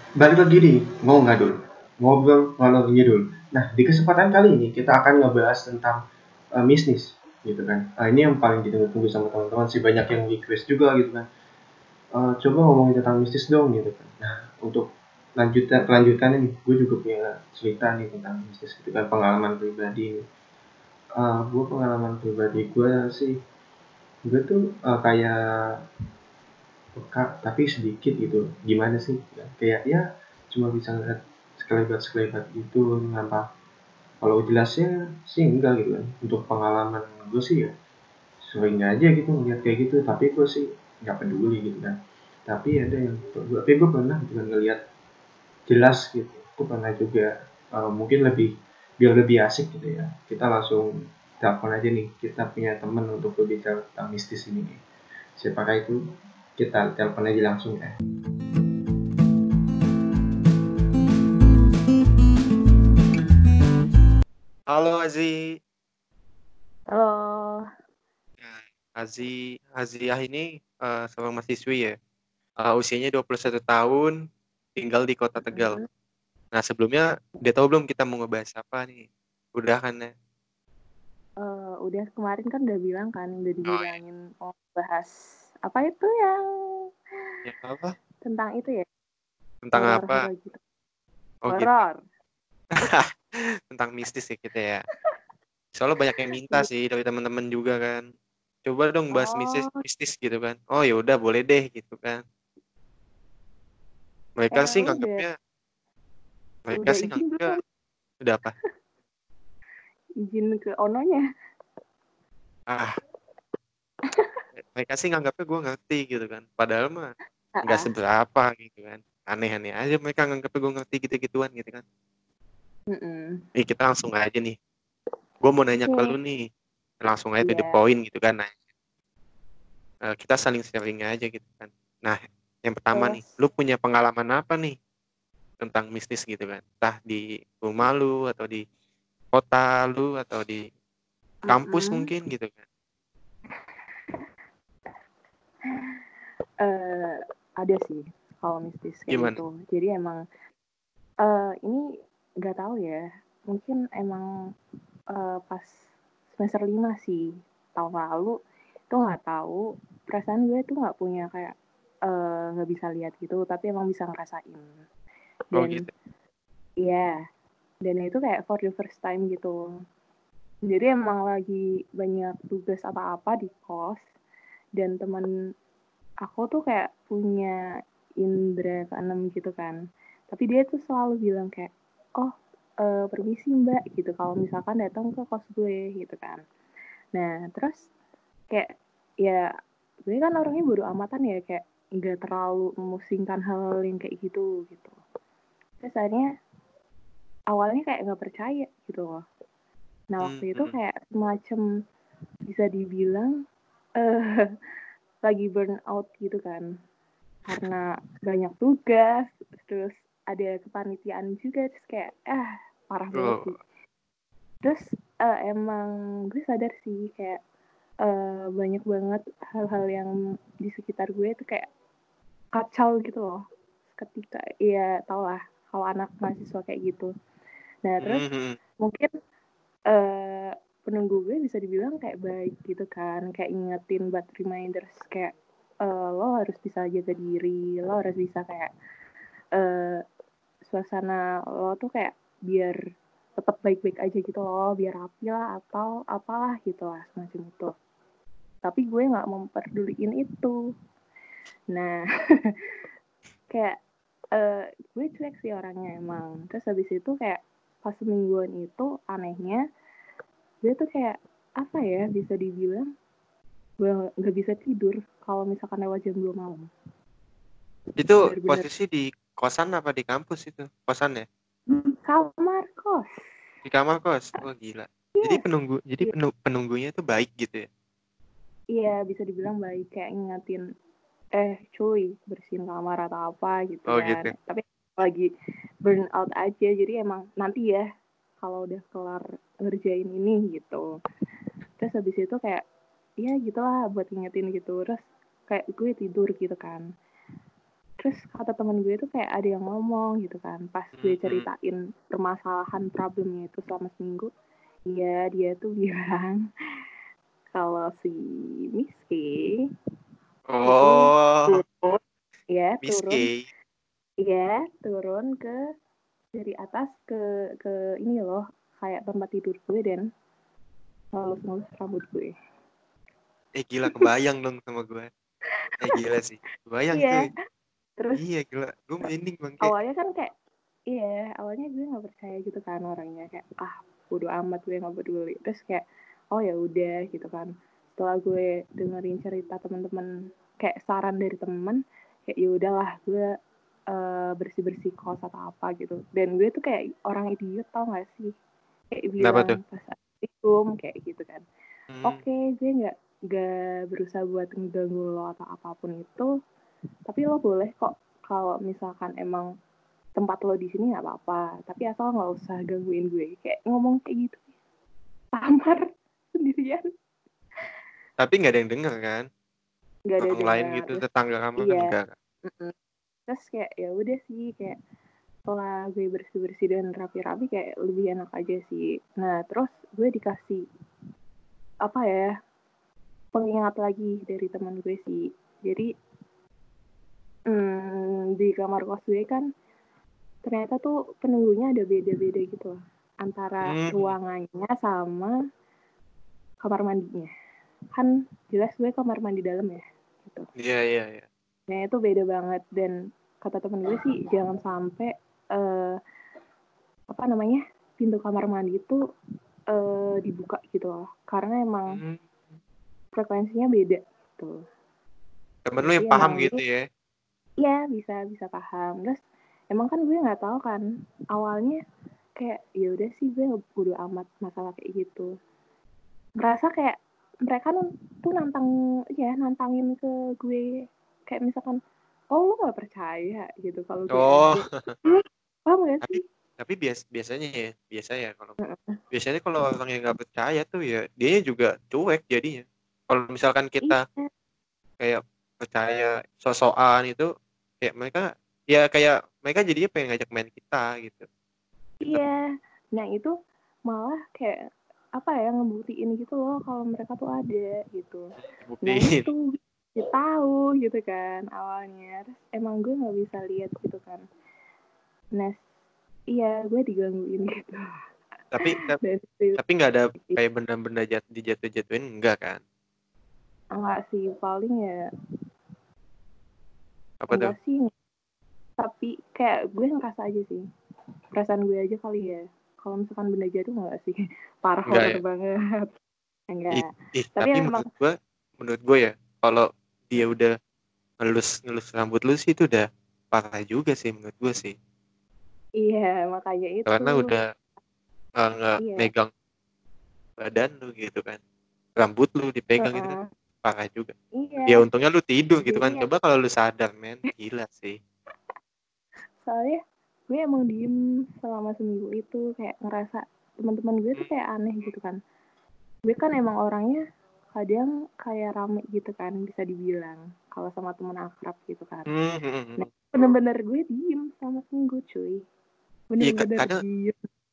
Balik lagi nih, mau ngadul, ngobrol ngalor ngidul. Nah, di kesempatan kali ini kita akan ngebahas tentang mistis, gitu kan. Ini yang paling ditunggu-tunggu sama teman-teman sih, banyak yang request juga gitu kan. Coba ngomongin tentang mistis dong, gitu kan. Nah, untuk kelanjutannya nih, gue juga punya cerita nih tentang mistis, gitu kan, pengalaman pribadi nih. Gue pengalaman pribadi gue sih, gue tuh kayak peka tapi sedikit gitu, gimana sih ya, kayak ya cuma bisa ngeliat sekelebat gitu nampak. Kalau jelasnya sih enggak gitu kan, untuk pengalaman gue sih ya sering aja gitu ngeliat kayak gitu, tapi gue sih nggak peduli gitu kan. Tapi ada yang tapi gue pernah gitu kan ngeliat jelas gitu, gue pernah juga. Mungkin lebih biar lebih asik gitu ya, kita langsung telepon aja nih, kita punya temen untuk berbicara tentang mistis ini nih. Siapakah itu? Kita telepon aja langsung ya. Halo Azi. Halo. Ya, Aziah ini seorang mahasiswi ya. Usianya 21 tahun, tinggal di Kota Tegal. Mm, Nah, sebelumnya udah tahu belum kita mau ngebahas apa nih? Udah kan ya? udah kemarin kan udah bilang kan, udah Oh ya. dibilangin mau bahas apa itu yang Ya apa? tentang itu ya, Tentang apa? horor-horor gitu. Oh gitu. Horor. Tentang mistis ya kita ya. Soalnya banyak yang minta Iya. sih dari teman-teman juga kan. Coba dong bahas mistis, Oh, mistis gitu kan. Oh ya udah boleh deh gitu kan. Mereka sih lu nganggapnya, mereka udah sih izin nganggapnya belum? udah apa? Izin ke ononya? Ah, mereka sih nganggapnya gue ngerti gitu kan, padahal mah Ah, nggak ah. seberapa gitu kan. Aneh-aneh aja mereka nganggapnya gue ngerti gitu-gituan gitu kan. Mm-mm. Kita langsung aja nih, gue mau nanya ke Oke. lu nih, langsung aja to the Iya. point gitu kan. Nah, kita saling sharing aja gitu kan. Nah, yang pertama nih, Terus, lu punya pengalaman apa nih tentang mistis gitu kan, entah di rumah lu atau di kota lu atau di kampus mm-mm. mungkin gitu kan. Eh, ada sih kalau mistis kayak Gimana? gitu. Jadi emang ini nggak tahu ya. Mungkin emang pas semester 5 sih tahun lalu itu nggak tahu, perasaan gue tuh nggak punya kayak nggak bisa lihat gitu tapi emang bisa ngerasain. Oh Dan gitu. iya, dan itu kayak for the first time gitu. Jadi emang lagi banyak tugas apa-apa di kos, dan teman aku tuh kayak punya indera keenam gitu kan, tapi dia tuh selalu bilang kayak, oh permisi mbak gitu kalau misalkan datang ke kos gue gitu kan. Nah, terus kayak ya gue kan orangnya bodo amatan ya, kayak nggak terlalu memusingkan hal yang kayak gitu gitu. Terus akhirnya awalnya kayak nggak percaya gitu loh. Nah, waktu itu Hmm. kayak semacam bisa dibilang eh lagi burn out gitu kan, karena banyak tugas, terus ada kepanitiaan juga, terus kayak parah banget Oh. sih. Terus emang gue sadar sih kayak banyak banget hal-hal yang di sekitar gue itu kayak kacau gitu loh ketika, ya tau lah kalau anak mahasiswa kayak gitu. Nah, terus Hmm. mungkin penunggu gue bisa dibilang kayak baik gitu kan, kayak ingetin buat reminders kayak lo harus bisa jaga diri, lo harus bisa kayak eh, suasana lo tuh kayak biar tetap baik-baik aja gitu loh, biar rapi lah atau apalah gitu lah semacam itu. Tapi gue nggak memperduliin itu. Nah, kayak gue cuek sih orangnya emang. Terus habis itu kayak pas semingguan itu anehnya gue tuh kayak apa ya, bisa dibilang gue nggak bisa tidur kalau misalkan lewat jam 2 malam. Itu Bener-bener posisi di kosan apa di kampus itu? Kosan ya? kamar kos. Di kamar kos. Wah gila. Jadi Iya, iya, penunggunya tuh baik gitu ya. iya bisa dibilang baik, kayak ngingetin cuy bersihin kamar atau apa gitu Oh kan. gitu. Tapi lagi burn out aja, jadi emang nanti ya kalau udah kelar ngerjain ini gitu. Terus habis itu kayak ya gitulah buat ngingetin gitu, terus kayak gue tidur gitu kan. Terus kata temen gue tuh kayak ada yang ngomong gitu kan, pas gue ceritain permasalahan problemnya itu selama seminggu. Iya, dia tuh bilang kalau si Miss K itu Oh, turun, ya Miss turun, K. ya turun ke dari atas ke ini loh, kayak tempat tidur gue dan ngelus-ngelus rambut gue. Gila, kebayang dong sama gue. Gila sih. Kebayang Iya, cuy. terus Iya, gila. Gue merinding bangke. awalnya kan kayak iya, awalnya gue nggak percaya gitu kan orangnya kayak bodo amat gue nggak peduli. Terus kayak oh ya udah gitu kan. Setelah gue dengerin cerita teman-teman kayak saran dari teman kayak ya udahlah gue bersih-bersih kos atau apa gitu. Dan gue tuh kayak orang idiot tau gak sih? Kayak Kenapa bilang tuh? pas assalamualaikum kayak gitu kan. Hmm. Oke, gue nggak berusaha buat ngeganggu lo atau apapun itu, tapi lo boleh kok kalau misalkan emang tempat lo di sini nggak apa-apa, tapi asal nggak usah gangguin gue. Kayak ngomong kayak gitu, kamar sendirian, Tapi nggak ada yang denger kan? nggak ada Orang lain dengar. gitu, Terus tetangga kamu kan iya, enggak kan? terus kayak ya udah sih kayak setelah gue bersih-bersih dan rapi-rapi kayak lebih enak aja sih. Nah terus gue dikasih apa ya pengingat lagi dari teman gue sih. Jadi di kamar kos gue kan ternyata tuh penunggunya ada beda-beda gitu loh antara ruangannya sama kamar mandinya. Kan jelas gue kamar mandi dalam ya gitu. Iya, iya, iya. Nah itu beda banget dan kata temen gue sih jangan sampai apa namanya pintu kamar mandi itu dibuka gitu loh karena emang Hmm. frekuensinya beda gitu. Temen lu Jadi yang paham emang gitu gue ya? ya bisa paham. Terus emang kan gue nggak tahu kan awalnya kayak ya udah sih gue bodo amat masalah kayak gitu. Merasa kayak mereka tuh nantangin ke gue kayak misalkan oh lo nggak percaya gitu kalau gue Oh, ada paham gak tapi sih. tapi biasanya kalau orang yang nggak percaya tuh ya dia juga cuek jadinya. Kalau misalkan kita Iya kayak percaya sosokan itu, kayak mereka jadinya pengen ngajak main kita gitu. Pinter iya, nah itu malah kayak apa ya ngebuktiin gitu loh kalau mereka tuh ada gitu. Nah dibuktiin. itu gue tahu gitu kan awalnya. Terus emang gue nggak bisa lihat gitu kan. Nah iya gue digangguin gitu. Tapi Dan itu tapi nggak ada kayak benda-benda dijatuh-jatuhin enggak kan? enggak sih paling ya Apa tuh? enggak sih. Tapi kayak gue ngerasa aja sih. Perasaan gue aja kali ya. Kalau misalkan benda jatuh enggak sih. Parah Enggak horror ya? banget. Enggak. Tapi Tapi emang menurut gue ya, kalau dia udah ngelus rambut lu sih itu udah parah juga sih menurut gue sih. iya makanya itu. Karena udah nggak Iya. megang badan lu gitu kan. Rambut lu dipegang gitu kan Heeh. parah juga. Iya. Ya untungnya lu tidur gitu Jadi kan. ya Coba kalau lu sadar men, gila sih. soalnya gue emang diem selama seminggu itu kayak ngerasa teman-teman gue tuh kayak aneh gitu kan. Gue kan emang orangnya kadang kayak rame gitu kan bisa dibilang kalau sama temen akrab gitu kan. Nah bener-bener gue diem selama seminggu cuy. Iya Bener-bener diem.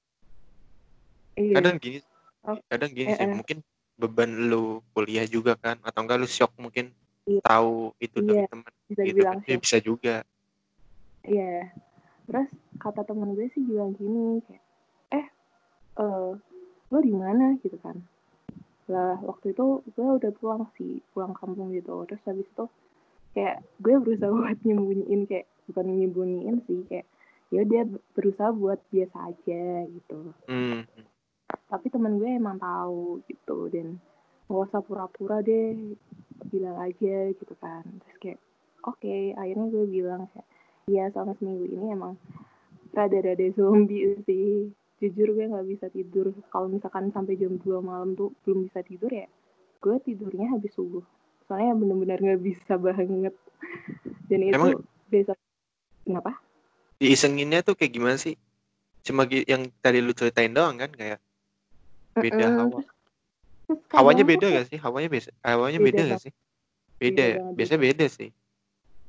Iya. kadang gini Oh, kadang gini sih mungkin beban lu kuliah juga kan atau enggak lu shock mungkin iya, tahu itu iya dari teman bisa gitu kan dibilang ya shock. bisa juga. Iya. Terus kata temen gue sih bilang gini kayak eh lo di mana gitu kan. Lah waktu itu gue udah pulang kampung gitu. Terus habis itu kayak gue berusaha buat nyembunyiin kayak bukan nyembunyiin sih kayak ya dia berusaha buat biasa aja gitu. Hmm. Tapi temen gue emang tahu gitu dan nggak usah pura-pura deh bilang aja gitu kan. Terus kayak oke, akhirnya gue bilang kayak iya selama seminggu ini emang rada-rada zombie sih. Jujur gue nggak bisa tidur kalau misalkan sampai jam 2 malam tuh belum bisa tidur ya gue tidurnya habis subuh soalnya bener-bener nggak bisa banget dan Emang itu besok kenapa diisenginnya tuh kayak gimana sih? Cuma yang tadi lu ceritain doang kan kayak beda hawa. terus kadang tuh kayak Hawanya beda beda gak banget sih? Beda ya? beda Biasanya beda sih. jadi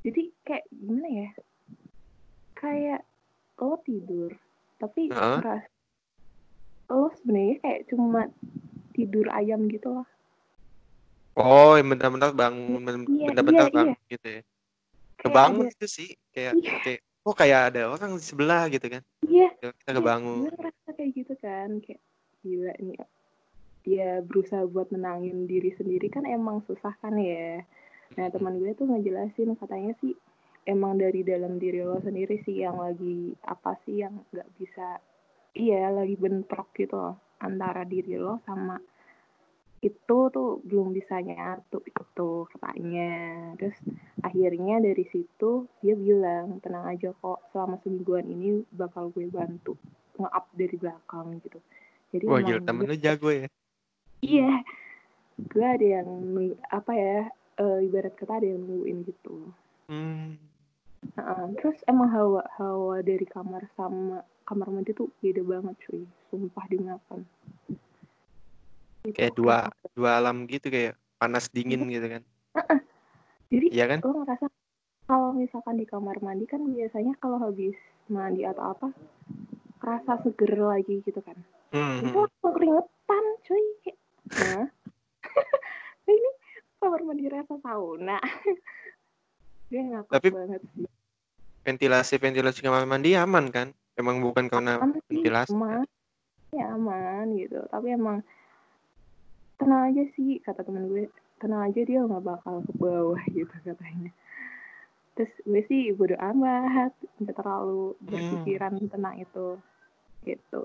kayak gimana ya, kayak lo tidur tapi Heeh. ngerasa lo sebenarnya kayak cuma tidur ayam gitu loh. Oh, yang bentar-bentar bangun, Iya, bentar-bentar iya. bangun gitu ya. Kayak ada, Kebangun itu sih, kayak iya, kayak oh kayak ada orang di sebelah gitu kan. iya, Ya, kita iya. Gue kebangun. ngerasa kayak gitu kan, kayak gila nih. Dia berusaha buat menangin diri sendiri kan emang susah kan ya. Nah teman gue tuh ngejelasin katanya sih emang dari dalam diri lo sendiri sih yang lagi apa sih yang nggak bisa, iya lagi bentrok gitu loh antara diri lo sama itu tuh belum bisa nyatu itu katanya. Terus akhirnya dari situ dia bilang tenang aja kok selama semingguan ini bakal gue bantu nge-up dari belakang gitu. Jadi Wah gila, emang temen gue, lu jago ya. iya gue ada yang apa ya, ibarat kata ada yang nungguin gitu. Hmm. Terus emang hawa dari kamar sama kamar mandi tuh beda banget cuy, sumpah dimakan itu Kayak dua enak. dua alam gitu, kayak panas dingin gitu kan. Jadi Iya kan? lo ngerasa kalau misalkan di kamar mandi kan biasanya kalau habis mandi atau apa rasa seger lagi gitu kan, itu Hmm. langsung keringetan cuy kayak hah. Ini kamar mandi rasa sauna. Dia ngakak Tapi banget sih. ventilasi kamar mandi aman kan? Emang bukan karena Aman sih, ventilasi kan? aman ya, aman gitu, tapi emang tenang aja sih kata temen gue, tenang aja dia nggak bakal ke bawah gitu katanya. Terus gue sih bodo amat, nggak terlalu berpikiran tentang itu gitu.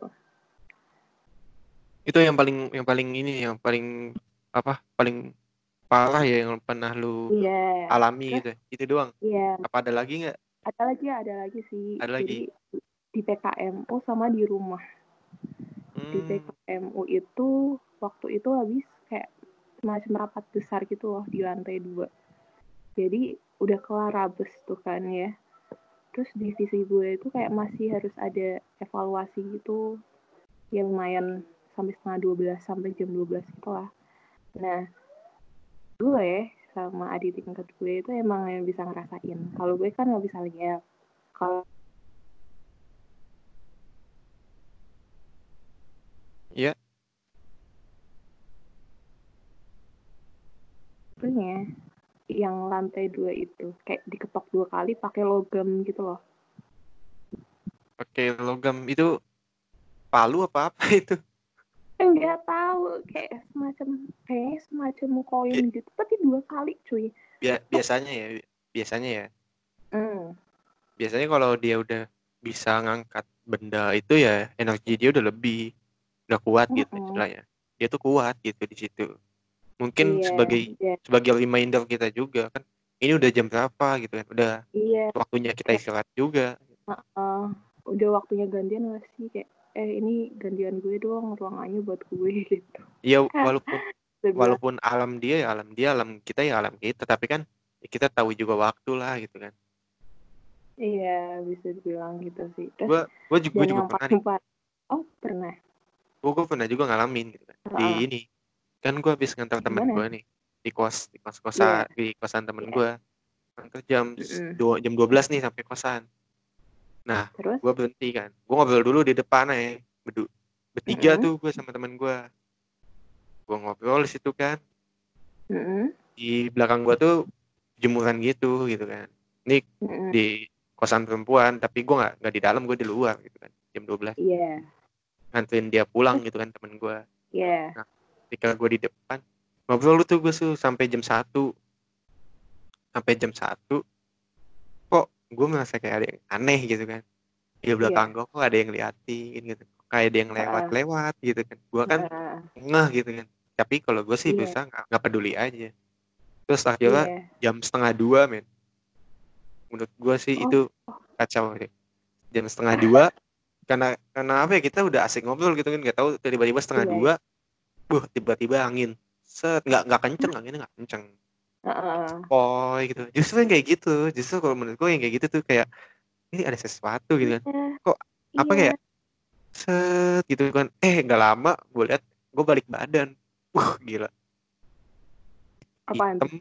Itu yang paling ini, yang paling apa? Paling parah ya yang pernah lu Iya, alami terus gitu. Itu doang. iya Apa ada lagi nggak? ada lagi sih. Ada lagi. Jadi di PKMU sama di rumah. Di Hmm. PKMU itu waktu itu habis kayak semacam rapat besar gitu loh di lantai 2. Jadi udah kelar rabes tuh kan ya. Terus divisi gue itu kayak masih harus ada evaluasi gitu, ya lumayan sampai setengah 12 sampai jam 12 gitu lah. Nah, gue sama adik tingkat gue itu emang yang bisa ngerasain. Kalau gue kan nggak bisa lihat. Kalau Iya. gue yang lantai 2 itu kayak diketok 2 kali pakai logam gitu loh. Pakai logam itu palu apa itu? Enggak tahu, kayak semacam koin Bi- gitu, tapi 2 kali cuy. Tok. biasanya ya, biasanya ya. Hmm. Biasanya kalau dia udah bisa ngangkat benda itu ya energi dia udah kuat gitu Mm-mm. istilahnya. Dia tuh kuat gitu di situ. Mungkin Iya, iya, sebagai reminder kita juga kan, ini udah jam berapa gitu kan. Udah iya. waktunya kita Kayak istirahat juga. udah waktunya gantian gak sih kayak ini gantian gue doang ruangannya buat gue gitu. Iya, Kak, walaupun udah bilang walaupun alam dia, alam kita ya alam kita, tapi kan ya kita tahu juga waktu lah gitu kan. iya bisa dibilang gitu sih. Terus Gue dan juga yang pernah nih. paling parah, oh pernah, Gue pernah juga ngalamin gitu kan. Di uh, ini kan gue habis ngantar temen gimana? gue nih Iya, di kosan temen iya. gue. Ngantar jam Mm-mm. jam 12 nih sampai kosan. Nah, Terus, gue berhenti kan. Gue ngobrol dulu di depan aja. Bertiga mm-mm. tuh gue sama temen gue. Gue ngobrol di situ kan. Mm-mm. Di belakang gue tuh jemuran gitu kan. Ini Mm-mm. di kosan perempuan, tapi gue nggak di dalam, gue di luar gitu kan. Jam 12. Iya, Nganterin dia pulang terus, gitu kan temen gue. iya, Nah, ketika gue di depan, ngobrol tuh gue sampai jam 1. Sampai jam 1, kok gue merasa kayak ada yang aneh gitu kan. Di belakang iya. gue kok ada yang liatin gitu. Kayak ada yang Uh, lewat-lewat gitu kan. Gue kan uh, ngeh gitu kan. Tapi kalau gue sih iya, bisa nggak peduli aja. Terus akhirnya iya. jam setengah 2 men. Menurut gue sih Oh, itu kacau sih. Jam setengah 2, karena apa ya, kita udah asik ngobrol gitu kan, nggak tahu tiba-tiba setengah iya, 2, tiba-tiba angin set, nggak kenceng, anginnya nggak kenceng, uh, sepoi gitu. Justru yang kayak gitu, justru kalau menurut gue yang kayak gitu tuh kayak ini ada sesuatu gitu kan. iya, Kok apa iya. kayak set gitu kan. Nggak lama gue lihat, gue balik badan. Gila. Apaan Hitam, tuh?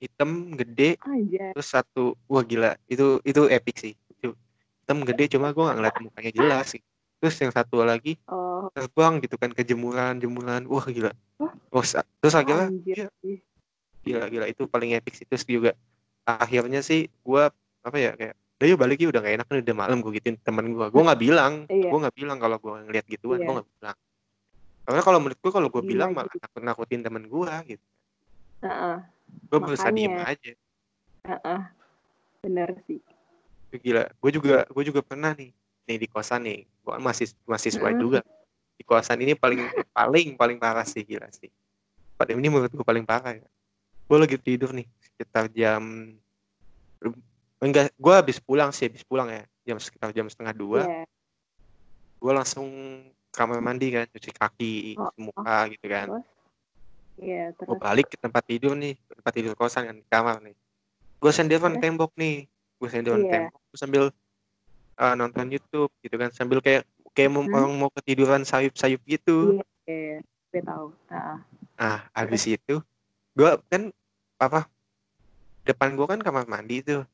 hitam gede, Aja. terus satu, wah gila, itu epic sih. Itu hitam gede, cuma gue nggak ngeliat mukanya jelas sih. Terus yang satu lagi Oh, terbang gitu kan ke jemuran, wah gila. wah, Terus wah, akhirnya anjir ya sih. gila itu paling epic sih. Terus juga akhirnya sih gue apa ya kayak udah yuk balik yuk, udah gak enak nih, udah malam, gue gituin temen gue Iya, nggak bilang kalau gue ngeliat gituan, gue iya. nggak bilang, karena kalau menurut gue kalau gue bilang Gila malah gitu. nakutin temen gue gitu. Heeh, Gue berusaha diem makanya. aja. Heeh, bener sih. Gila, gue juga pernah nih di kosan nih, gue masih mahasiswa juga. Mm-mm. Di kosan ini paling paling paling parah sih, gila sih. Pada ini menurut gue paling parah ya. Gue lagi tidur nih sekitar jam, enggak, gue habis pulang ya, sekitar jam setengah dua. Iya. Gue langsung kamar mandi kan, cuci kaki, Oh, cuci oh, muka gitu kan. terus? Iya, Gue terus. balik ke tempat tidur nih, tempat tidur kosan kan, di kamar nih. Gue senderan Terus? tembok nih, gue senderan Iya. tembok, gue sambil nonton YouTube gitu kan, sambil kayak kayak Hmm? orang mau ketiduran sayup-sayup gitu. Iya, iya. Gue tahu. Heeh. Nah, Terus? habis itu gue kan apa, depan gue kan kamar mandi tuh,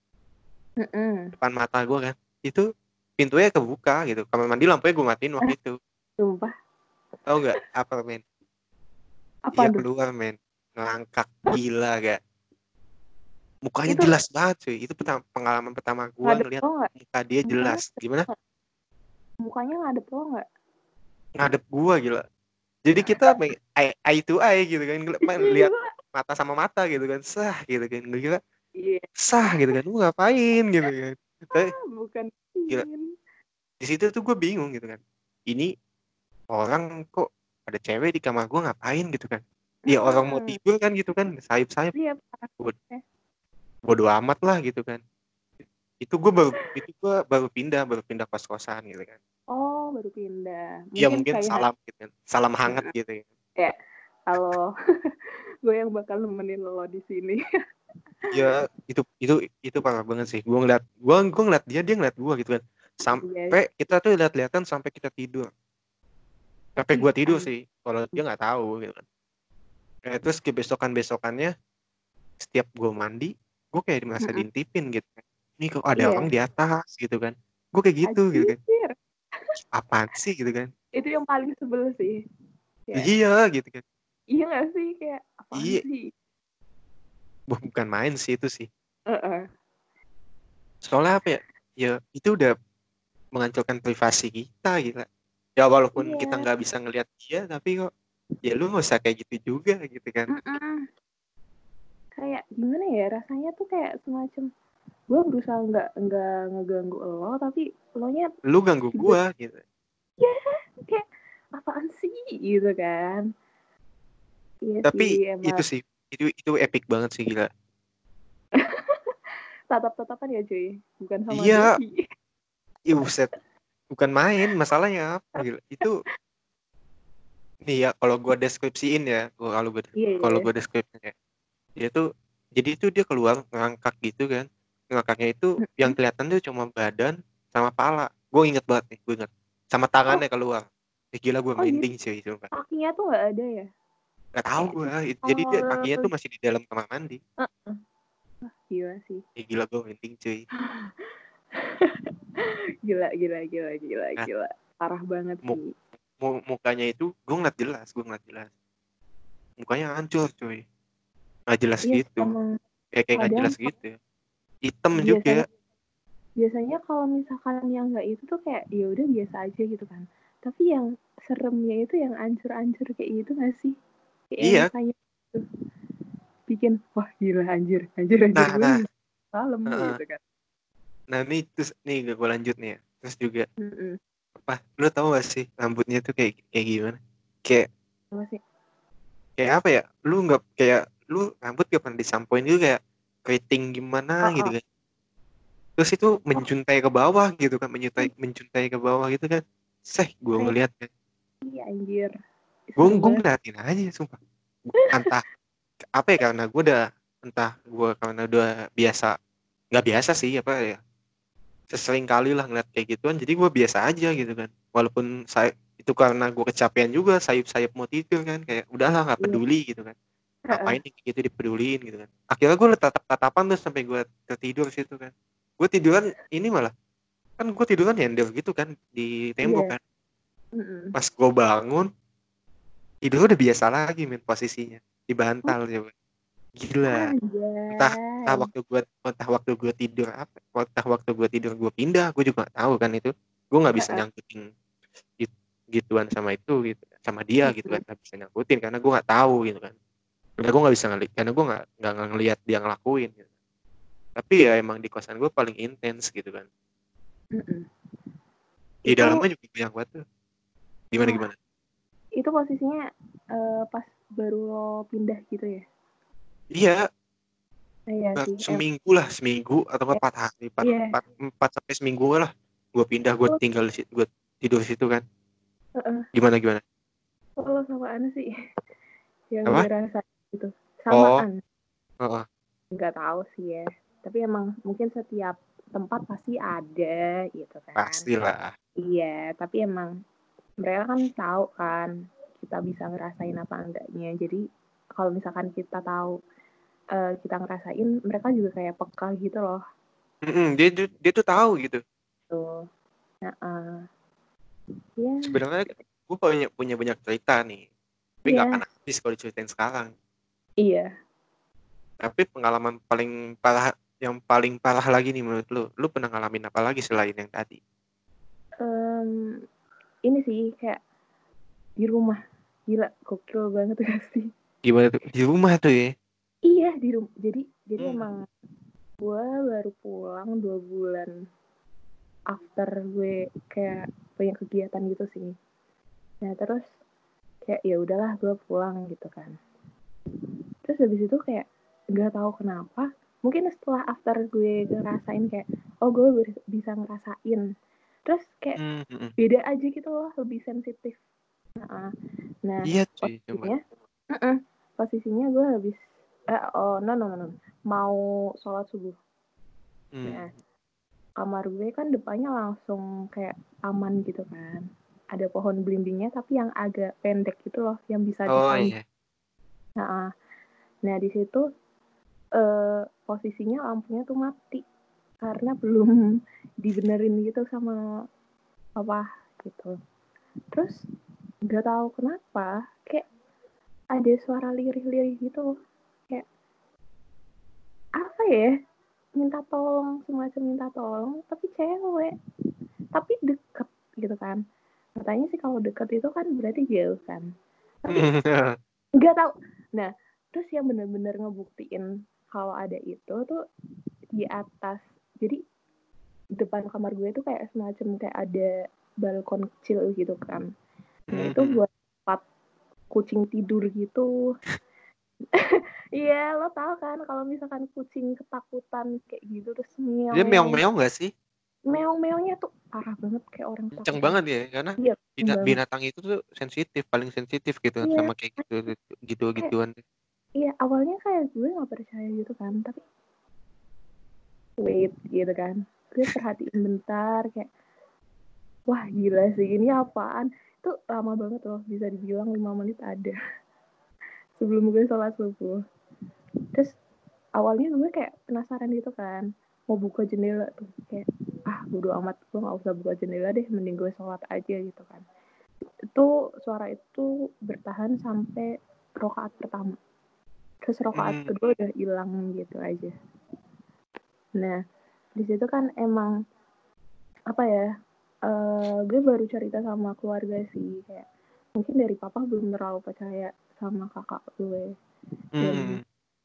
Mm-mm. depan mata gue kan, itu pintunya kebuka gitu, kamar mandi lampunya gue matiin waktu Ah, itu. sumpah. Tahu nggak apa men? Apa Dia tuh? keluar men, ngelangkak, gila gak? Mukanya Itu jelas banget cuy. Itu pengalaman pertama gue ngadep ngeliat lo nggak? muka dia Mukanya, jelas. Gimana? mukanya ngadep lo nggak? Ngadep gue, gila. Jadi kita eye to eye gitu kan, lihat Gila. mata sama mata gitu kan, sah gitu kan. Gue kira Iya. sah gitu kan, lu ngapain gitu kan. Tapi Bukan gila, ingin. di situ tuh gue bingung gitu kan. Ini orang kok ada cewek di kamar gue ngapain gitu kan. Ya orang mau Mm-mm. tidur kan gitu kan, sayup-sayup. Iya, parah. Bodo amat lah gitu kan. Itu gue baru pindah kos-kosan gitu kan. Oh, baru pindah. Ya Mungkin mungkin kayak salam gitu kan, salam hangat mm-mm. gitu ya. Ya, halo. Gue yang bakal nemenin lo di sini. Ya itu parah banget sih. Gue ngeliat dia ngeliat gue gitu kan, Iya. sampai kita tuh lihat-lihatan sampai kita tidur, sampai Ih, gue tidur anjir. sih, kalau dia nggak tahu gitu kan. Terus besokannya setiap gue mandi, gue kayak merasa Mm-mm. diintipin gitu kan, ini kok ada orang Iya. di atas gitu kan, gue kayak gitu kan, Anjir. apaan sih gitu kan. Itu yang paling sebel sih. Ya. Iya gitu kan. Iya gak sih? Kayak apaan Iya, sih? bukan main sih itu sih. Heeh. Soalnya apa ya, ya itu udah menghancurkan privasi kita gitu. Ya walaupun kita Iya. nggak bisa ngelihat dia, tapi kok ya lu nggak usah kayak gitu juga gitu kan. Mm-mm. Kayak gimana ya, rasanya tuh kayak semacam gue berusaha nggak ngeganggu lo, tapi lo nya Lu ganggu juga gua gitu. ya kayak apaan sih gitu kan. Iya sih Tapi itu emang sih, itu epic banget sih, gila. tatap-tatapan ya cuy, bukan sama Iya, doi. iya buset. Bukan main, masalahnya apa gila. Itu nih ya, kalau gua deskripsiin ya, Iya, kalau iya. gua deskripsiin ya. Dia tuh jadi itu dia keluar ngangkak gitu kan. Ngangkaknya itu yang Mm-mm. kelihatan tuh cuma badan sama pala. Gue inget banget nih, gue inget. Sama Oh, tangannya keluar. Gila, gue oh jadi merinding sih itu. kakinya tuh nggak ada ya? Gak tahu Kayak gue. Jadi dia kakinya kalau tuh masih di dalam kamar mandi. gila sih. Gila, gue merinding cuy. Gila, gila, gila, gila, Nah, gila. Parah banget sih. mukanya itu gue ngeliat jelas. Mukanya hancur cuy. Nggak jelas Iya sih gitu. emang Kayak nggak kadang jelas gitu ya. Hitam biasanya juga. biasanya kalau misalkan yang nggak itu tuh kayak ya udah biasa aja gitu kan. Tapi yang seremnya itu yang ancur-ancur kayak gitu nggak sih? Kayak yang Iya. mukanya tuh bikin wah gila anjir, anjir, anjir gue Nah, bisa kalem uh-uh. gitu kan. Nah ini terus nih gue lanjut nih ya. Terus juga Mm-mm. apa? Lu tahu gak sih rambutnya tuh kayak kayak gimana? Kayak Apa sih? kayak apa ya? Lu nggak kayak lu rambut gak pernah disampoin juga, kayak keriting gimana Oh, gitu oh, kan. Terus itu oh, menjuntai ke bawah gitu kan, ih, menjuntai ke bawah gitu kan. Gue kayak ngeliat kan. anjir. Gue Serem banget. ngeliatin aja sumpah. Entah apa ya, karena gue udah entah gue karena udah biasa, nggak biasa sih apa ya, sesering kali lah ngeliat kayak gituan, jadi gue biasa aja gitu kan, walaupun saya itu karena gue kecapean juga, sayup-sayup mau tidur kan, kayak udahlah nggak Iya, peduli gitu kan. Heeh. ngapain nih gitu dipeduliin gitu kan. Akhirnya gue tatapan tuh sampai gue tertidur situ kan. Gue tiduran ini malah kan gue tiduran nyender gitu kan di tembok Iya. kan. Mm-mm. Pas gue bangun tidur udah biasa lagi men posisinya di Oh, bantal coba. Gila. Entah anjay. waktu gue tidur apa, entah waktu gue tidur gue pindah, gue juga gak tahu kan itu. Gue nggak bisa Heeh. nyangkutin gituan sama itu gitu, sama dia gitu kan, Mm-mm. nggak bisa nyangkutin karena gue nggak tahu gitu kan. Karena gue nggak bisa ngeliat, karena gue nggak ngelihat dia ngelakuin. Gitu. Tapi ya emang di kosan gue paling intens gitu kan. Mm-mm. Di Itu, dalamnya juga banyak banget tuh. Gimana wah, gimana? itu posisinya pas baru lo pindah gitu ya? Iya, Nah, iya sih. seminggu lah, seminggu atau Eh, 4 hari, iya. 4 sampai seminggu lah. Gue pindah, gue Oh, tinggal di situ, gue tidur di situ kan. heeh. Gimana gimana? Oh, lo samaan sih yang gue Apa? rasain gitu. Oh, Samaan. heeh. Nggak tahu sih ya. Tapi emang mungkin setiap tempat pasti ada gitu kan. Pastilah. Iya, tapi emang mereka kan tahu kan kita bisa ngerasain apa enggaknya. Jadi kalau misalkan kita tahu kita ngerasain, mereka juga kayak peka gitu loh. Dia tuh tahu gitu. Tuh. Nah, ya, Sebenarnya gue punya banyak cerita nih, tapi nggak akan iya, habis kalau diceritain sekarang. iya. Tapi pengalaman paling parah, yang paling parah lagi nih menurut lu pernah ngalamin apa lagi selain yang tadi? Em, ini sih kayak di rumah. Gila, gokil banget gak sih? Gimana tuh di rumah tuh ya? Iya, di rumah. Jadi Hmm. emang gue baru pulang 2 bulan after gue kayak punya kegiatan gitu sih. Nah terus kayak ya udahlah gue pulang gitu kan. Terus habis itu kayak nggak tahu kenapa. Mungkin setelah after gue ngerasain kayak oh gue bisa ngerasain. Terus kayak beda aja gitu loh, lebih sensitif. Nah Iya cuy, coba. posisinya, posisinya gue habis oh no no no no mau sholat subuh. Nah kamar gue kan depannya langsung kayak taman gitu kan. Ada pohon belimbingnya tapi yang agak pendek gitu loh, yang bisa Oh dipanjang. iya. Nah, nah di situ posisinya lampunya tuh mati karena belum dibenerin gitu sama papa gitu. Terus nggak tahu kenapa kayak ada suara lirih-lirih gitu, kayak apa ya, minta tolong, semacam minta tolong tapi cewek, tapi deket gitu kan. Katanya sih kalau deket itu kan berarti jauh kan, tapi nggak tahu. Nah terus yang bener-bener ngebuktiin kalau ada itu tuh di atas. Jadi depan kamar gue tuh kayak semacam kayak ada balkon kecil gitu kan. Nah itu buat tempat kucing tidur gitu. Iya, lo tau kan kalau misalkan kucing ketakutan kayak gitu terus Dia meow. meong-meong nggak sih? Meow-meownya tuh parah banget kayak orang Kenceng ketakutan. banget ya, karena Iya, kenceng banget. binatang itu tuh sensitif, paling sensitif gitu Iya, sama kayak gitu kayak gituan. iya awalnya kayak gue nggak percaya gitu kan, tapi wait gitu kan. Gue perhatiin bentar kayak wah gila sih ini apaan. Itu lama banget loh, bisa dibilang 5 menit ada sebelum gue sholat subuh. Terus awalnya gue kayak penasaran gitu kan, mau buka jendela tuh kayak bodo amat, gue nggak usah buka jendela deh, mending gue sholat aja gitu kan. Itu suara itu bertahan sampai rokaat pertama, terus rokaat kedua udah hilang gitu aja. Nah di situ kan emang apa ya, gue baru cerita sama keluarga sih, kayak mungkin dari papa belum terlalu percaya sama kakak gue. Dan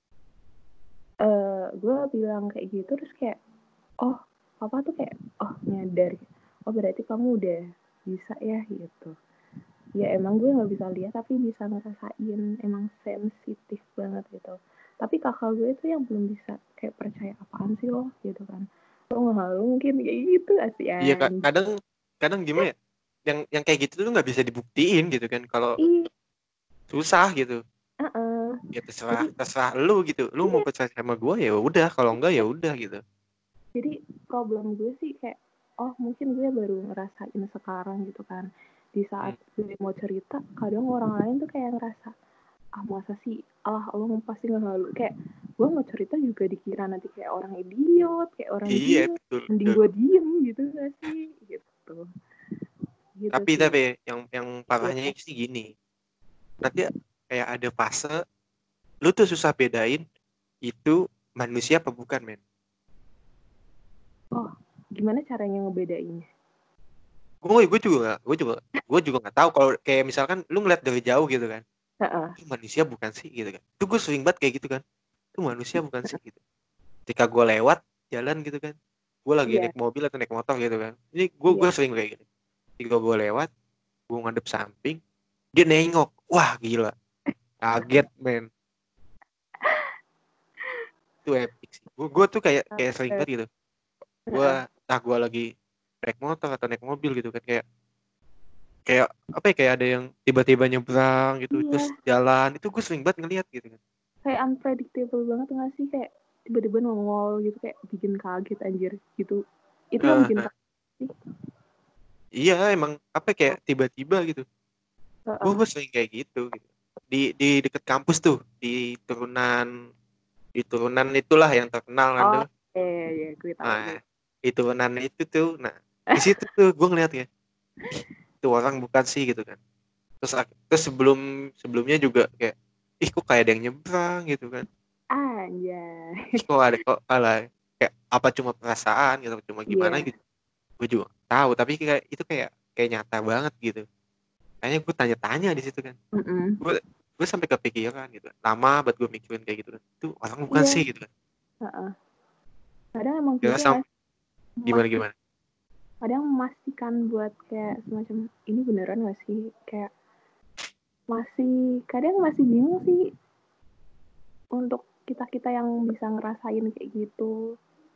gue bilang kayak gitu terus kayak oh papa tuh kayak oh nyadar, oh berarti kamu udah bisa ya gitu. Ya emang gue nggak bisa lihat tapi bisa ngerasain, emang sensitif banget gitu. Tapi kakak gue itu yang belum bisa kayak percaya apaan sih lo gitu kan, lo nggak mungkin kayak gitu Iya kak, asian. kadang kadang gimana ya? Yang kayak gitu tuh nggak bisa dibuktiin gitu kan, kalau Iya, susah gitu. Ya terserah jadi terserah lu gitu. Lu mau iya, percaya sama gue ya udah, kalau enggak ya udah gitu. jadi problem gue sih kayak oh mungkin gue baru ngerasain sekarang gitu kan. Di saat gue mau cerita kadang orang lain tuh kayak ngerasa masa sih, Allah pasti nggak halu, kayak gue mau cerita juga dikira nanti kayak orang idiot, kayak orang Iya gila, betul mending betul. gue diem gitu gak sih, gitu Tapi sih. yang Ya, parahnya sih gini. Nanti kayak ada fase lu tuh susah bedain itu manusia apa bukan, men. oh gimana caranya ngebedainnya? Gue juga nggak tahu kalau kayak misalkan lu ngeliat dari jauh gitu kan, Heeh. itu manusia bukan sih gitu kan. Itu gue sering banget kayak gitu kan. Itu manusia bukan sih gitu. Ketika gue lewat jalan gitu kan, gue lagi Iya, naik mobil atau naik motor gitu kan. Ini gue iya. sering kayak gitu. Ketika gue lewat, gue ngadep samping, dia nengok. Wah gila, kaget men. Itu epic sih. Gue tuh kayak sering Eh, banget gitu. Gue heeh. gue lagi naik motor atau naik mobil gitu kan, kayak kayak apa ya, kayak ada yang tiba-tiba nyebrang gitu Iya, terus jalan, itu gue sering banget ngeliat gitu kan. kayak unpredictable banget nggak sih, kayak tiba-tiba nongol gitu, kayak bikin kaget anjir gitu. Itu yang bikin Nah, kaget sih. iya emang apa ya, kayak tiba-tiba gitu. Gue Heeh. gue sering kayak gitu di deket kampus tuh, di turunan itulah yang terkenal kan Oh, tuh. iya, gue tahu Nah, gue. di turunan itu tuh, nah di situ tuh gue ngeliat ya, ih, itu orang bukan sih gitu kan. Terus sebelumnya juga kayak, ih kok kayak ada yang nyebrang gitu kan. Anjay. Ih kok kalah, kayak apa cuma perasaan gitu, cuma gimana Iya. gitu. Gue juga nggak tahu, tapi kayak itu kayak nyata banget gitu. Kayaknya gue tanya-tanya di situ kan. Mm-mm. Gue sampai kepikiran gitu. Lama buat gue mikirin kayak gitu kan. Itu orang bukan Iya. sih gitu kan. Heeh. Kadang emang Kira gitu sam nggak sih? gimana Masih, gimana. kadang memastikan buat kayak semacam ini beneran nggak sih? Kayak kadang masih bingung sih untuk kita-kita yang bisa ngerasain kayak gitu.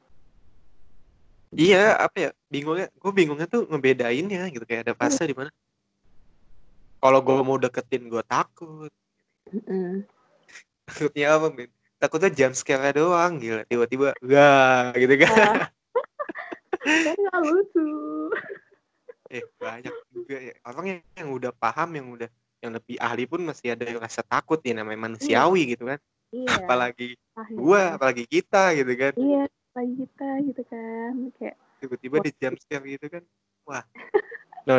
Iya, apa ya? Gue bingungnya tuh ngebedainnya gitu, kayak ada Iya. fase di mana kalau gue mau deketin gue takut. Mm-mm. Takutnya apa, men? Takutnya jump scare doang, gila. Tiba-tiba, wah, gitu kan. Ah, kan nggak lucu. Banyak juga ya. Orang yang udah paham, yang lebih ahli pun masih ada rasa takut ya, namanya Iya, manusiawi gitu kan. iya. Gua, Akhirnya. apalagi kita gitu kan. Iya, lagi kita gitu kan. Kayak, Tiba-tiba wah, di jump scare gitu kan. Wah, no,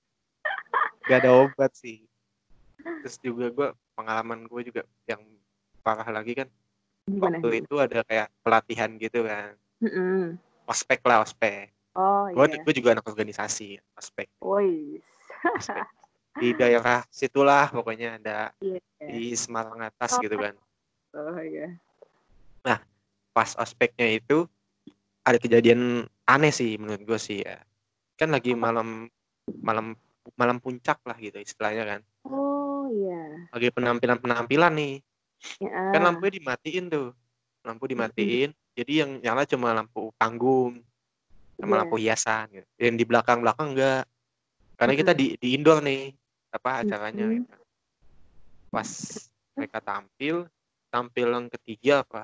gak ada obat sih. Terus juga pengalaman gue juga yang parah lagi kan, gimana waktu gimana? itu ada kayak pelatihan gitu kan, Mm-mm. ospek. Oh iya. Gue juga anak organisasi, Woi. ospek di daerah situlah, pokoknya ada Iya. di Semarang atas Oh, gitu kan. oh iya. Nah, pas ospeknya itu ada kejadian aneh sih menurut gue sih ya. Kan lagi Apa? malam malam malam puncak lah gitu istilahnya kan. Oh iya. Lagi penampilan nih. Kan Ya. lampunya dimatiin tuh. Lampu Mm-mm. dimatiin. Jadi yang nyala cuma lampu panggung sama lampu Iya. hiasan gitu. Yang di belakang-belakang enggak. Karena kita Mm-mm. di indoor nih apa acaranya Mm-mm. gitu. Pas mereka tampil yang ketiga apa?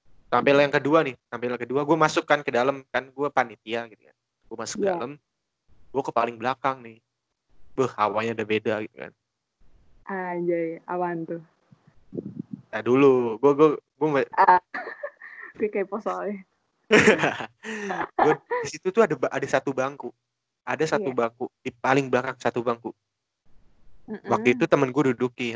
Tampil yang kedua gue masuk kan ke dalam, kan gue panitia gitu kan. Gue masuk ke Iya. dalam, gue ke paling belakang nih. Hawanya udah beda gitu kan. Anjay, awan tuh. Nah dulu, gue Ah, gue kepo soalnya. gue di situ tuh ada satu bangku, Iya. di paling belakang satu bangku. Waktu itu Mm-mm. temen gue dudukin,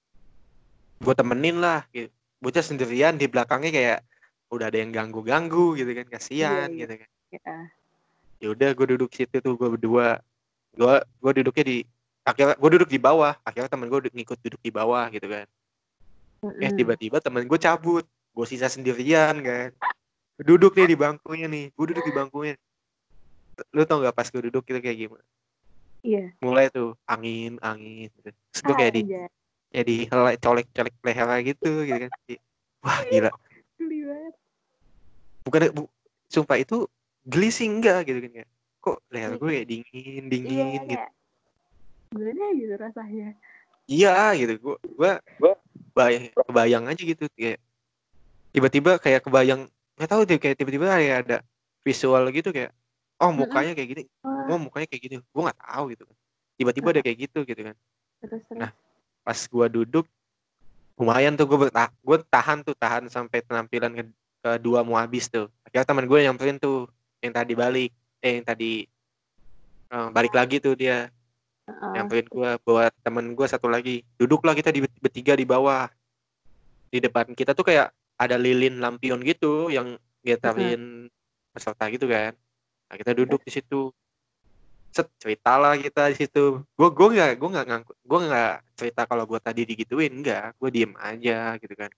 gue temenin lah gitu. Bocah sendirian di belakangnya, kayak udah ada yang ganggu gitu kan, Iya, kasihan iya. gitu kan. Iya. Ya udah gue duduk situ tuh, gue berdua. Gue duduknya di akhirnya gue duduk di bawah, akhirnya temen gue ngikut duduk di bawah gitu kan. Mm-mm. Tiba-tiba temen gue cabut, gue sisa sendirian kan. Duduk nih di bangkunya nih, gue duduk di bangkunya. Lu tau gak pas gue duduk itu kayak gimana? Iya. Mulai tuh angin gitu. Terus gue Anjay. kayak di colek leher gitu kan. Wah gila, Geli banget. bukan sumpah itu geli sih enggak gitu kan, ya kok leher gue kayak dingin Iya, dingin gitu. kayak gimana gitu rasanya. Iya gitu, gue kebayang aja gitu, kayak tiba-tiba kayak kebayang, nggak tahu deh, kayak tiba-tiba kayak ada visual gitu, kayak oh Mm-mm. mukanya kayak gini, Wah, gue nggak tahu gitu kan, tiba-tiba ada kayak gitu kan. terus. Nah pas gue duduk, lumayan tuh gue tahan sampai penampilan kedua mau habis tuh. Akhirnya teman gue nyamperin tuh yang tadi yang tadi balik lagi tuh dia Heeh. nyamperin gue bawa temen gue satu lagi. Duduklah kita di bertiga di bawah. Di depan kita tuh kayak ada lilin lampion gitu yang Heeh. ngetarin peserta gitu kan. Nah, kita duduk Terus? di situ. Set, cerita lah kita di situ. Gue nggak cerita kalau gue tadi digituin, enggak. Gue diem aja gitu kan.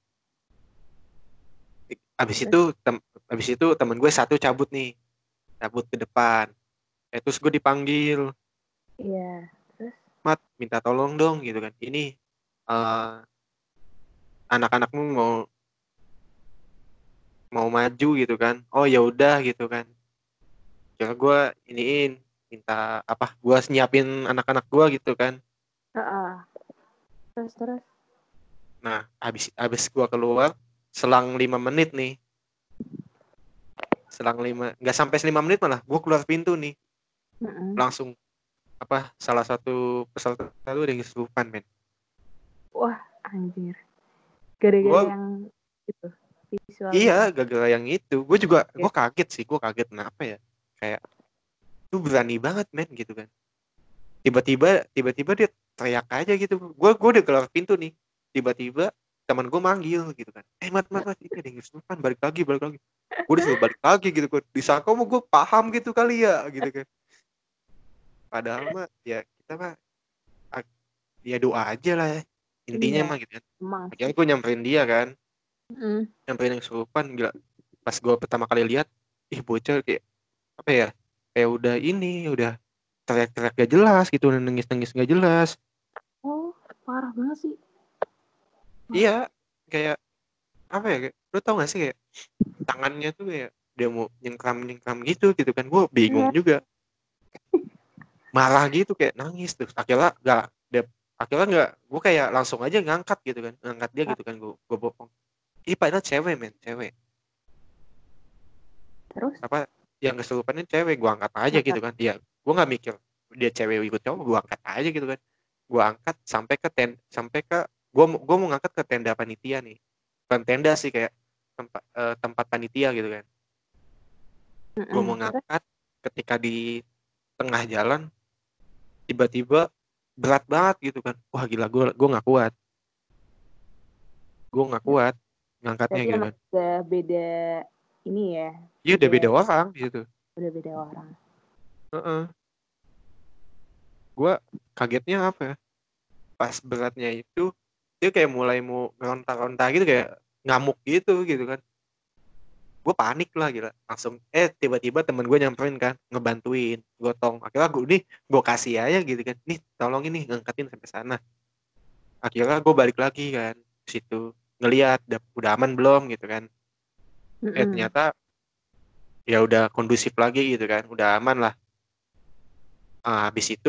Abis Terus? itu abis itu temen gue satu cabut ke depan. Terus gue dipanggil, Iya. Terus? Mat, minta tolong dong gitu kan. Ini eh, anak-anakmu mau mau maju gitu kan. Oh ya udah gitu kan. Ya gue iniin minta apa? Gue nyiapin anak-anak gue gitu kan. Heeh. Terus? Nah, abis gue keluar selang 5 menit nih. Nggak sampai 5 menit malah. Gue keluar pintu nih. Heeh. Langsung apa? Salah satu peserta itu ada yang kesurupan, men. Wah, anjir. Gara-gara Gue yang itu, visual iya, itu. gara-gara yang itu. Ya. Gue kaget sih. Gue kaget kenapa ya? Kayak lu berani banget, men, gitu kan. Tiba-tiba dia teriak aja gitu. Gue udah keluar pintu nih. Tiba-tiba teman gue manggil gitu kan. Mat, ini ada yang kesurupan, balik lagi. Gue disuruh balik lagi gitu kan. Disangka mau gue paham gitu kali ya, gitu kan. Padahal mah ya kita mah ya doa aja lah ya. Intinya Iya, mah gitu kan. emang Akhirnya sih. gue nyamperin dia kan. Mm. Nyamperin yang kesurupan, gila. Pas gue pertama kali lihat, ih bocah kayak apa ya? Kayak udah teriak-teriak gak jelas gitu, nangis-nangis gak jelas. Oh, parah banget sih. Iya, kayak apa ya? Lu tau gak sih kayak tangannya tuh kayak dia mau nyengkram gitu kan. Gue bingung Iya. juga. Marah gitu kayak nangis tuh. Akhirnya nggak, gue kayak langsung aja ngangkat gitu kan, ngangkat dia Ah, gitu kan, gue bopong. Ih padahal cewek, men, cewek. terus? Apa yang kesurupannya cewek, gue angkat aja Heeh. gitu kan. Ya gue nggak mikir dia cewek ikut cowok, gue angkat aja gitu kan. Gue angkat sampai ke gue mau ngangkat ke tenda panitia nih, bukan tenda sih, kayak tempat panitia gitu kan. Gue mau Terus? ngangkat, ketika di tengah jalan tiba-tiba berat banget gitu kan. Wah gila, gue nggak kuat ngangkatnya Berarti gitu emang kan. udah beda ini ya, Iya udah beda beda orang gitu. udah beda orang. Heeh. Gue kagetnya apa ya, pas beratnya itu dia kayak mulai mau ngeronta-ronta gitu, kayak ngamuk gitu kan. Gue panik lah gila, langsung tiba-tiba temen gue nyamperin kan, ngebantuin gotong. Akhirnya gue kasih aja gitu kan, nih tolong ini ngangkatin sampai sana. Akhirnya gue balik lagi kan ke situ, ngelihat udah aman belum gitu kan. Mm-mm. Ternyata ya udah kondusif lagi gitu kan, udah aman lah. Habis itu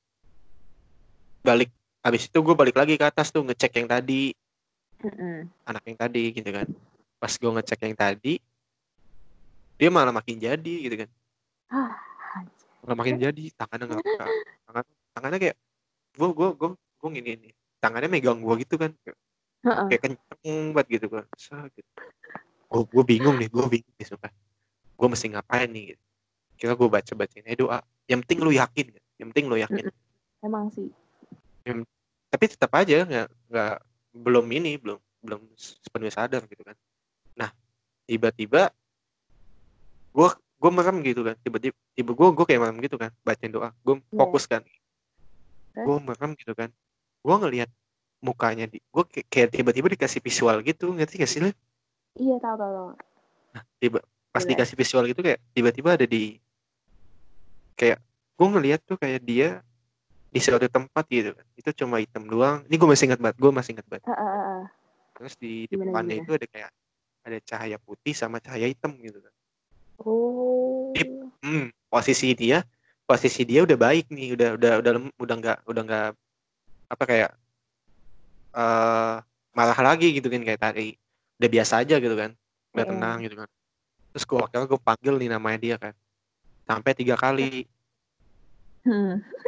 balik habis itu gue balik lagi ke atas tuh, ngecek yang tadi, Mm-mm. anak yang tadi gitu kan. Pas gue ngecek yang tadi, dia malah makin jadi gitu kan. Ah, anjir. Malah makin jadi, tangannya nggak tangannya kayak gue gini tangannya megang gue gitu kan, Heeh. kayak kenceng banget gitu kan. Gitu. Gue bingung nih sumpah, gue mesti ngapain nih gitu. Kira gue bacain doa, yang penting lu yakin gitu. Yang penting lu yakin. Mm-mm. Emang sih. Tapi tetap aja nggak belum belum sepenuhnya sadar gitu kan. Nah tiba-tiba gue gue merem gitu kan, tiba gue kayak merem gitu kan, bacain doa, gue Iya. fokus kan, Terus? gue merem gitu kan. Gue ngelihat mukanya gue kayak tiba-tiba dikasih visual gitu, ngerti gak sih lu? Iya, tahu. Nah pas Gila. dikasih visual gitu kayak tiba-tiba ada di, kayak gue ngelihat tuh kayak dia di suatu tempat gitu kan, itu cuma hitam doang. Ini gue masih ingat banget. Heeh. Terus di depannya Gimana? itu ada kayak ada cahaya putih sama cahaya hitam gitu kan. Ini, Oh. posisi dia udah baik nih, udah nggak apa kayak eh marah lagi gitu kan, kayak tadi udah biasa aja gitu kan, udah tenang Heeh. gitu kan. Terus akhirnya gue panggil nih namanya dia kan, sampai 3 kali. Hmm.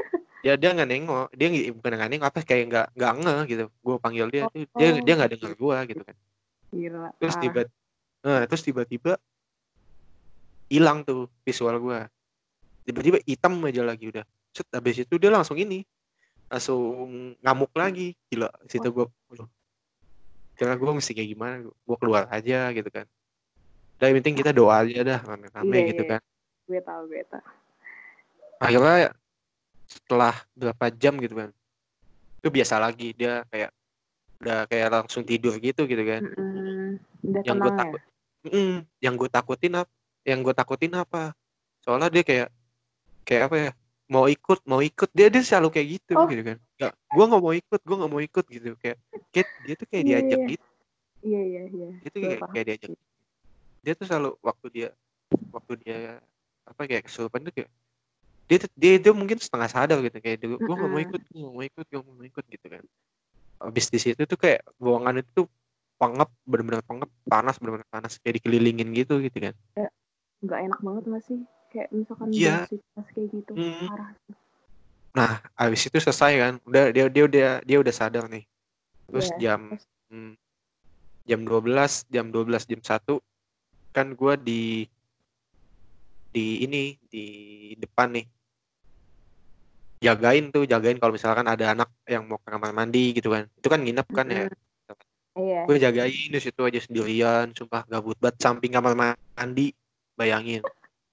dia nggak nengok, bukan nggak nengok, apa kayak nggak ngeh gitu. Gue panggil dia tuh, dia Oh, nggak dengar gue gitu kan. gila, Terus parah. tiba-tiba hilang tuh visual gue. Tiba-tiba hitam aja lagi udah. Set, habis itu dia langsung ngamuk lagi. Gila, situ gue, kira gue mesti kayak gimana, gue keluar aja gitu kan. Udah, yang penting kita doa aja dah rame-rame Iya, gitu iya. kan. Gue tahu. Akhirnya setelah berapa jam gitu kan, itu biasa lagi, dia kayak udah kayak langsung tidur gitu kan. Udah Yang gue tenang ya? takut, yang gue takutin apa? Soalnya dia kayak apa ya? Mau ikut, dia selalu kayak gitu Oh, gitu kan. Nggak, gue nggak mau ikut gitu. Kayak dia tuh kayak iya, diajak iya. gitu. Iya. Dia tuh Gue kayak, paham. kayak diajak. Dia tuh selalu waktu dia apa kayak kesurupan tuh kayak dia mungkin setengah sadar gitu, kayak gue nggak mau ikut, gue nggak mau ikut gitu kan. Habis di situ tuh kayak ruangan itu tuh bener-bener pengep, bener-bener panas, kayak dikelilingin gitu kan. Ya, nggak enak banget nggak sih? Kayak misalkan udah Iya. situasi kayak gitu, Mm. parah. Nah, habis itu selesai kan, dia udah sadar nih. Terus Iya. Terus, jam 12 jam 1 kan gue di depan nih, jagain kalau misalkan ada anak yang mau ke kamar mandi gitu kan. Itu kan nginep kan ya. iya. Gue jagain di situ aja sendirian, sumpah gabut banget, samping kamar mandi, bayangin.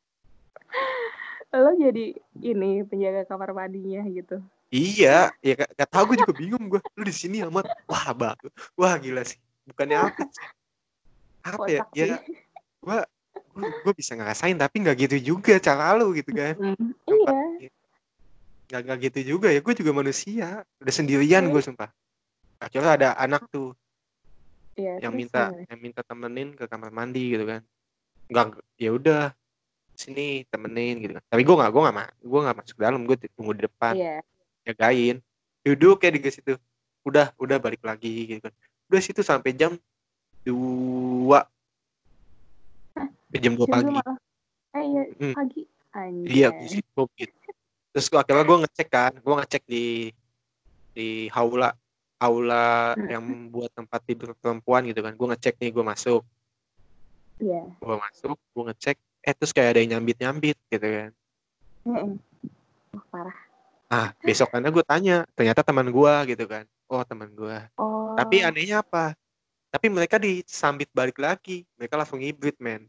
Lo jadi ini penjaga kamar mandinya gitu. Iya, ya gak tahu, gue juga bingung gue. Lu di sini amat, wah bagus, wah gila sih. Bukannya apa sih? Apa ya? Kocak Ya sih. gue bisa ngerasain, tapi nggak gitu juga cara lu gitu kan. Sumpah, Iya. nggak gitu juga ya. Gue juga manusia, udah sendirian gue Terus, sumpah. Akhirnya ada anak tuh iya. yang Terus minta gimana? yang minta temenin ke kamar mandi gitu kan. Nggak, ya udah sini temenin gitu kan. Tapi gue nggak masuk dalam, gue tunggu di depan, Iya. jagain, duduk kayak di situ. Udah balik lagi gitu kan. Udah situ sampai jam 2 jam 2 Jam 2 pagi. malah. Iya, Hmm, pagi. iya Anjay. gue gitu. Terus akhirnya gue ngecek di aula yang buat tempat tidur perempuan gitu kan. Gue ngecek nih, Iya. gue ngecek, terus kayak ada yang nyambit gitu kan. Parah. Nah, besokannya gue tanya, ternyata teman gue gitu kan. Oh, teman gue. Tapi Oh, anehnya apa? Tapi mereka disambit balik lagi. Mereka langsung hibrid, men.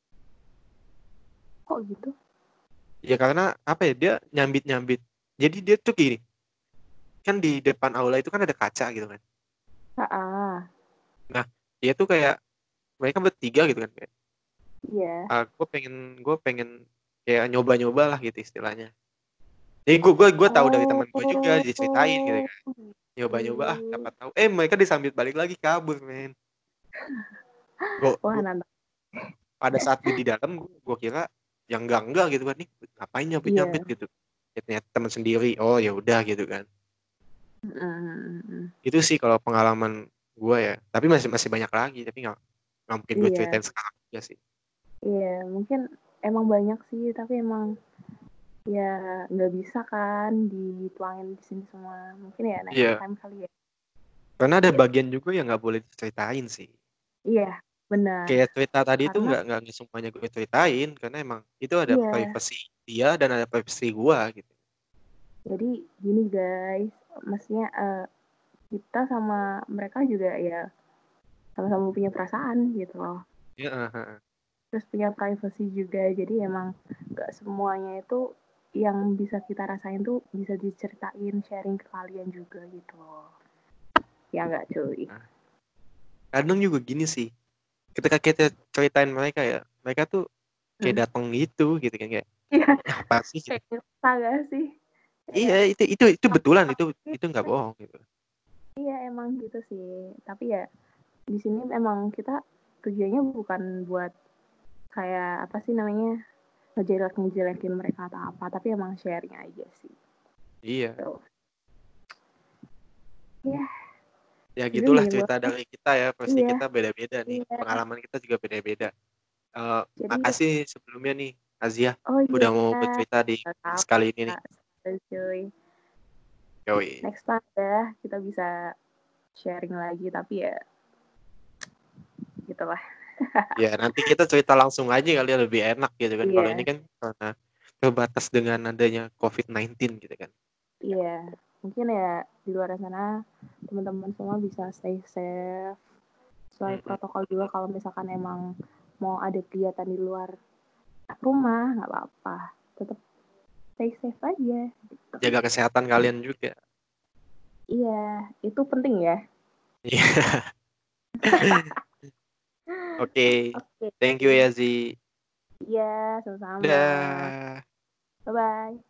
kok gitu? Ya karena apa ya, dia nyambit. Jadi dia tuh gini, kan di depan aula itu kan ada kaca gitu kan. Nah, dia tuh kayak, mereka bertiga gitu kan. Kayak, Iya. gue pengen kayak nyoba-nyoba lah gitu istilahnya. Jadi gue tahu dari teman gue juga, diceritain gitu kan. Nyoba-nyoba, siapa tahu. Mereka disambit balik lagi, kabur, men. Wah, Gue nantang. pada saat di dalam, gue kira yang enggak gitu kan, nih ngapain nyambit Iya. gitu. Ya, ternyata teman sendiri. Oh ya udah gitu kan. Itu sih kalau pengalaman gue ya. Tapi masih banyak lagi, tapi nggak mungkin gue Iya. ceritain sekarang aja sih. Iya, mungkin emang banyak sih, tapi emang ya nggak bisa kan dituangin di sini semua. Mungkin ya next Iya, time kali ya. karena ada bagian juga yang nggak boleh diceritain sih. Iya, benar. Kayak cerita tadi itu Karena nggak semuanya gue ceritain, karena emang itu ada iya, privasi dia dan ada privasi gue gitu. jadi gini guys, maksudnya kita sama mereka juga ya sama-sama punya perasaan gitu loh. Ya, Terus punya privacy juga, jadi emang nggak semuanya itu yang bisa kita rasain tuh bisa diceritain, sharing ke kalian juga gitu loh. Ya nggak cuy? kadang juga gini sih, ketika kita ceritain mereka tuh Hmm. kayak datang gitu kan, kayak Iya, apa sih gitu. kayak nyesel gak sih? Iya, Kayak, itu betulan, itu nggak bohong gitu. iya emang gitu sih. Tapi ya di sini emang kita tujuannya bukan buat kayak apa sih namanya ngejelekin mereka atau apa, tapi emang sharing aja sih. Iya. So, ya, Ya itu gitulah gini cerita banget. dari kita ya, pasti Iya, kita beda-beda nih, iya. pengalaman kita juga beda-beda. Jadi ya, Makasih sebelumnya nih Azia oh iya, udah mau bercerita di podcast kali ini nih. cuy. Yoi. Next time ya kita bisa sharing lagi, tapi ya gitulah. Ya, nanti kita cerita langsung aja kali ya, lebih enak gitu kan. Kalau ini Iya, kan karena terbatas dengan adanya COVID-19 gitu kan. iya. Mungkin ya di luar sana teman-teman semua bisa stay safe, sesuai Mm-mm. protokol juga. Kalau misalkan emang mau ada kegiatan di luar rumah, nggak apa-apa. Tetap stay safe aja. Gitu. Jaga kesehatan kalian juga. Iya, itu penting ya. Iya. Oke. Oke. Thank you ya, Zi. Iya, sama-sama. Dah. Bye-bye.